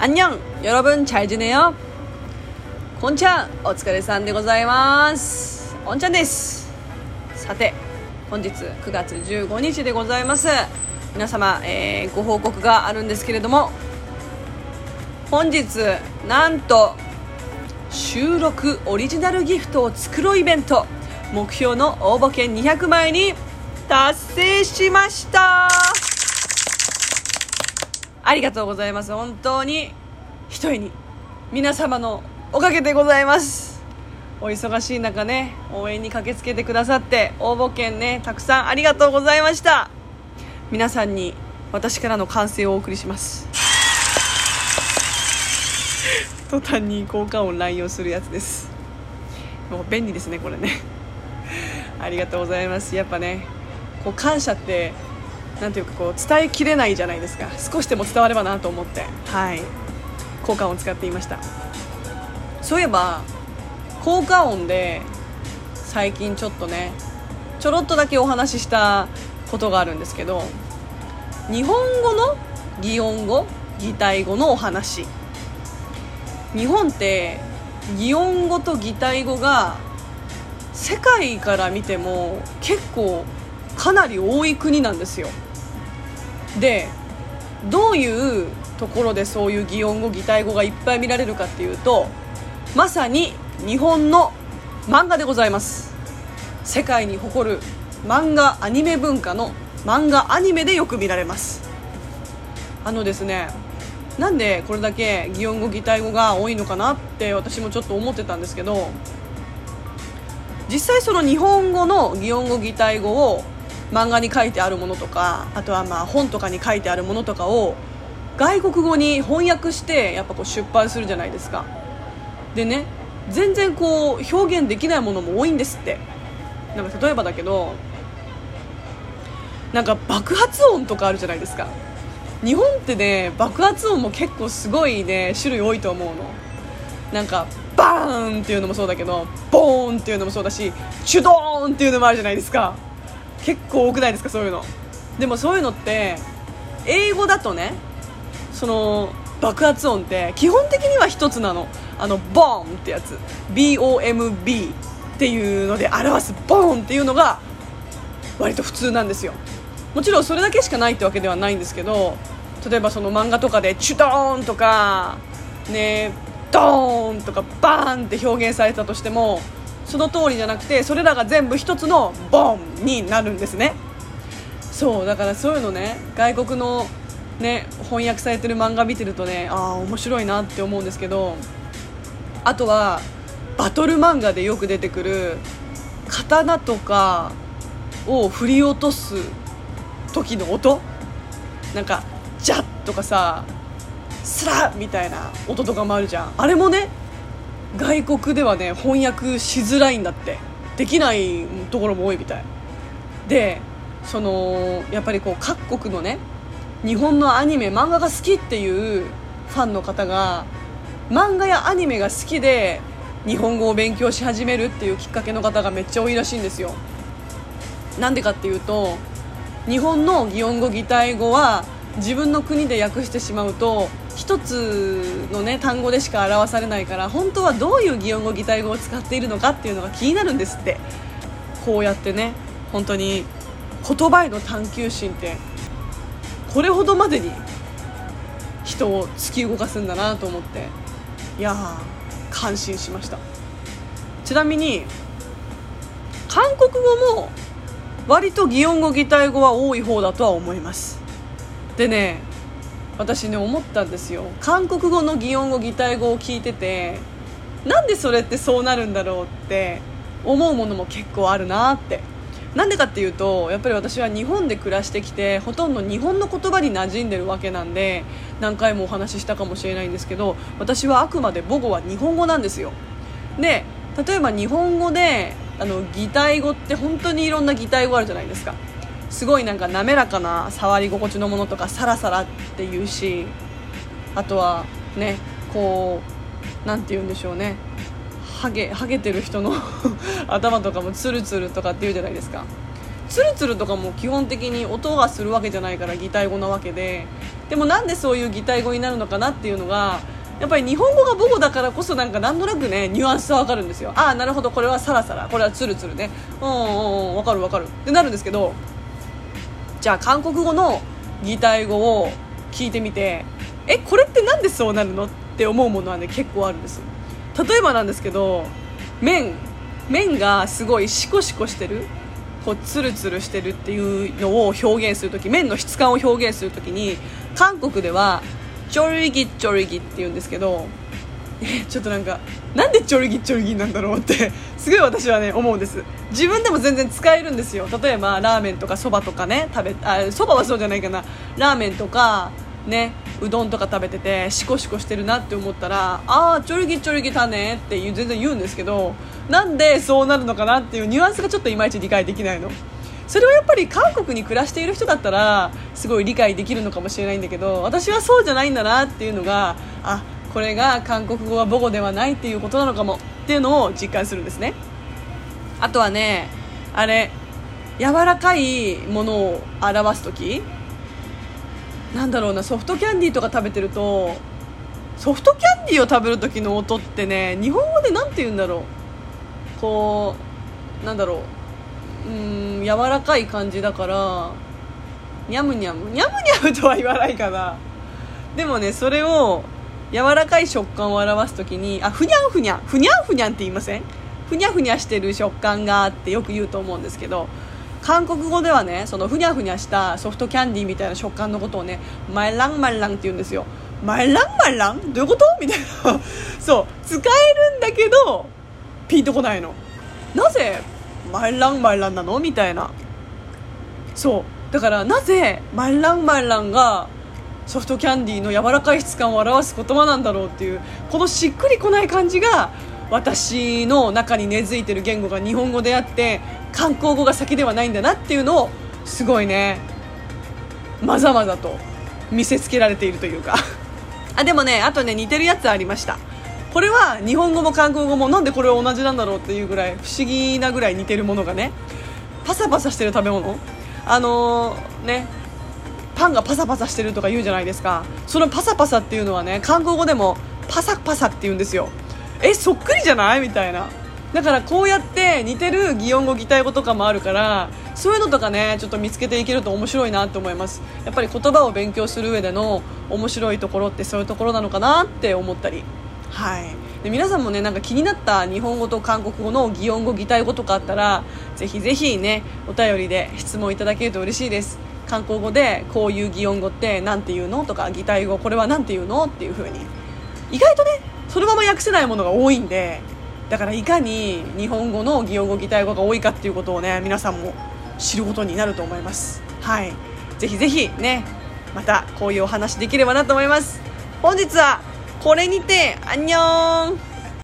안녕 여러분 잘 지내요? 곤찬お疲れさんでございます。おんちゃんです。さて本日9月15日でございます。皆様、ご報告があるんですけれども、本日なんと収録オリジナルギフトを作ろうイベント目標の応募券200枚に達成しました。ありがとうございます。本当に一重に皆様のおかげでございます。お忙しい中ね、応援に駆けつけてくださって応募券ねたくさんありがとうございました。皆さんに私からの歓声をお送りします。途端に効果音乱用するやつです。もう便利ですねこれね。ありがとうございます。やっぱねこう感謝ってなんていうかこう伝えきれないじゃないですか。少しでも伝わればなと思って、はい、効果音を使っていました。そういえば効果音で最近ちょっとねちょろっとだけお話ししたことがあるんですけど、日本語の擬音語擬態語のお話。日本って擬音語と擬態語が世界から見ても結構かなり多い国なんですよ。でどういうところでそういう擬音語擬態語がいっぱい見られるかっていうと、まさに日本の漫画でございます。世界に誇る漫画アニメ文化の漫画アニメでよく見られます。ですね、なんでこれだけ擬音語擬態語が多いのかなって私もちょっと思ってたんですけど、実際その日本語の擬音語擬態語を漫画に書いてあるものとか、あとはまあ本とかに書いてあるものとかを外国語に翻訳してやっぱこう出版するじゃないですか。でね、全然こう表現できないものも多いんですって。なんか例えばだけど、なんか爆発音とかあるじゃないですか。日本ってね爆発音も結構すごいね種類多いと思うの。なんかバーンっていうのもそうだけど、ボーンっていうのもそうだし、チュドーンっていうのもあるじゃないですか。結構多くないですかそういうの。でもそういうのって英語だとね、その爆発音って基本的には一つなの。ボーンってやつ BOMB っていうので表すボーンっていうのが割と普通なんですよ。もちろんそれだけしかないってわけではないんですけど、例えばその漫画とかでチュドーンとかねドーンとかバーンって表現されたとしてもその通りじゃなくて、それらが全部一つのボーンになるんですね。そうだからそういうのね外国のね翻訳されてる漫画見てるとね、面白いなって思うんですけど、あとはバトル漫画でよく出てくる刀とかを振り落とす時の音、なんかジャッとかさスラッみたいな音とかもあるじゃん。あれもね外国ではね翻訳しづらいんだって。できないところも多いみたいで、そのやっぱりこう各国のね日本のアニメ漫画が好きっていうファンの方が漫画やアニメが好きで日本語を勉強し始めるっていうきっかけの方がめっちゃ多いらしいんですよ。なんでかっていうと、日本の擬音語擬態語は自分の国で訳してしまうと一つのね単語でしか表されないから、本当はどういう擬音語擬態語を使っているのかっていうのが気になるんですって。こうやってね本当に言葉への探求心ってこれほどまでに人を突き動かすんだなと思って、いやー感心しました。ちなみに韓国語も割と擬音語擬態語は多い方だとは思います。でね私ね思ったんですよ。韓国語の擬音語擬態語を聞いてて、なんでそれってそうなるんだろうって思うものも結構あるなって。なんでかっていうと、やっぱり私は日本で暮らしてきてほとんど日本の言葉に馴染んでるわけなんで、何回もお話ししたかもしれないんですけど、私はあくまで母語は日本語なんですよ。で例えば日本語で擬態語って本当にいろんな擬態語あるじゃないですか。すごいなんか滑らかな触り心地のものとかサラサラって言うし、あとはねこうなんて言うんでしょうね、ハゲてる人の頭とかもツルツルとかって言うじゃないですか。ツルツルとかも基本的に音がするわけじゃないから擬態語なわけで、 でもなんでそういう擬態語になるのかなっていうのがやっぱり日本語が母語だからこそなんとなくねニュアンスは分かるんですよ。ああなるほど、これはサラサラ、これはツルツルね、分かるってなるんですけど、じゃあ韓国語の擬態語を聞いてみて、これってなんでそうなるのって思うものはね結構あるんです。例えばなんですけど、麺がすごいシコシコしてる、こうツルツルしてるっていうのを表現するとき、麺の質感を表現するときに韓国ではチョルギって言うんですけど、ちょっとなんでチョルギなんだろうってすごい私はね思うんです。自分でも全然使えるんですよ。例えばラーメンとかそばとかねそばはそうじゃないかな、ラーメンとかねうどんとか食べててシコシコしてるなって思ったら、チョルギだねって全然言うんですけど、なんでそうなるのかなっていうニュアンスがちょっといまいち理解できないの。それはやっぱり韓国に暮らしている人だったらすごい理解できるのかもしれないんだけど、私はそうじゃないんだなっていうのが、これが韓国語は母語ではないっていうことなのかもっていうのを実感するんですね。あとはね、柔らかいものを表すとき、なんだろうな、ソフトキャンディーとか食べてると、ソフトキャンディーを食べる時の音ってね、日本語でなんて言うんだろう、こうなんだろう、柔らかい感じだからニャムニャムとは言わないかな。でもね、それを柔らかい食感を表すときに、ふにゃんふにゃんって言いません？ふにゃふにゃしてる食感がってよく言うと思うんですけど、韓国語ではね、そのふにゃふにゃしたソフトキャンディーみたいな食感のことをね、マイランって言うんですよ。マイランどういうことみたいなそう使えるんだけどピンとこないの。なぜマイランなのみたいな。そうだから、なぜマイランがソフトキャンディーの柔らかい質感を表す言葉なんだろうっていう、このしっくりこない感じが私の中に根付いてる言語が日本語であって韓国語が先ではないんだなっていうのをすごいねまざまざと見せつけられているというかでもね、あとね似てるやつありました。これは日本語も韓国語もなんでこれは同じなんだろうっていうぐらい不思議なぐらい似てるものがね、パサパサしてる食べ物、パンがパサパサしてるとか言うじゃないですか。そのパサパサっていうのはね、韓国語でもパサパサって言うんですよ。そっくりじゃないみたいな。だからこうやって似てる擬音語擬態語とかもあるから、そういうのとかねちょっと見つけていけると面白いなと思います。やっぱり言葉を勉強する上での面白いところってそういうところなのかなって思ったり、で皆さんもねなんか気になった日本語と韓国語の擬音語擬態語とかあったらぜひぜひねお便りで質問いただけると嬉しいです。韓国語でこういう擬音語ってなんて言うのとか、擬態語これはなんて言うのっていう風に意外とねそのまま訳せないものが多いんで、だからいかに日本語の擬音語擬態語が多いかっていうことをね皆さんも知ることになると思います。ぜひぜひねまたこういうお話できればなと思います。本日はこれにてアンニョン。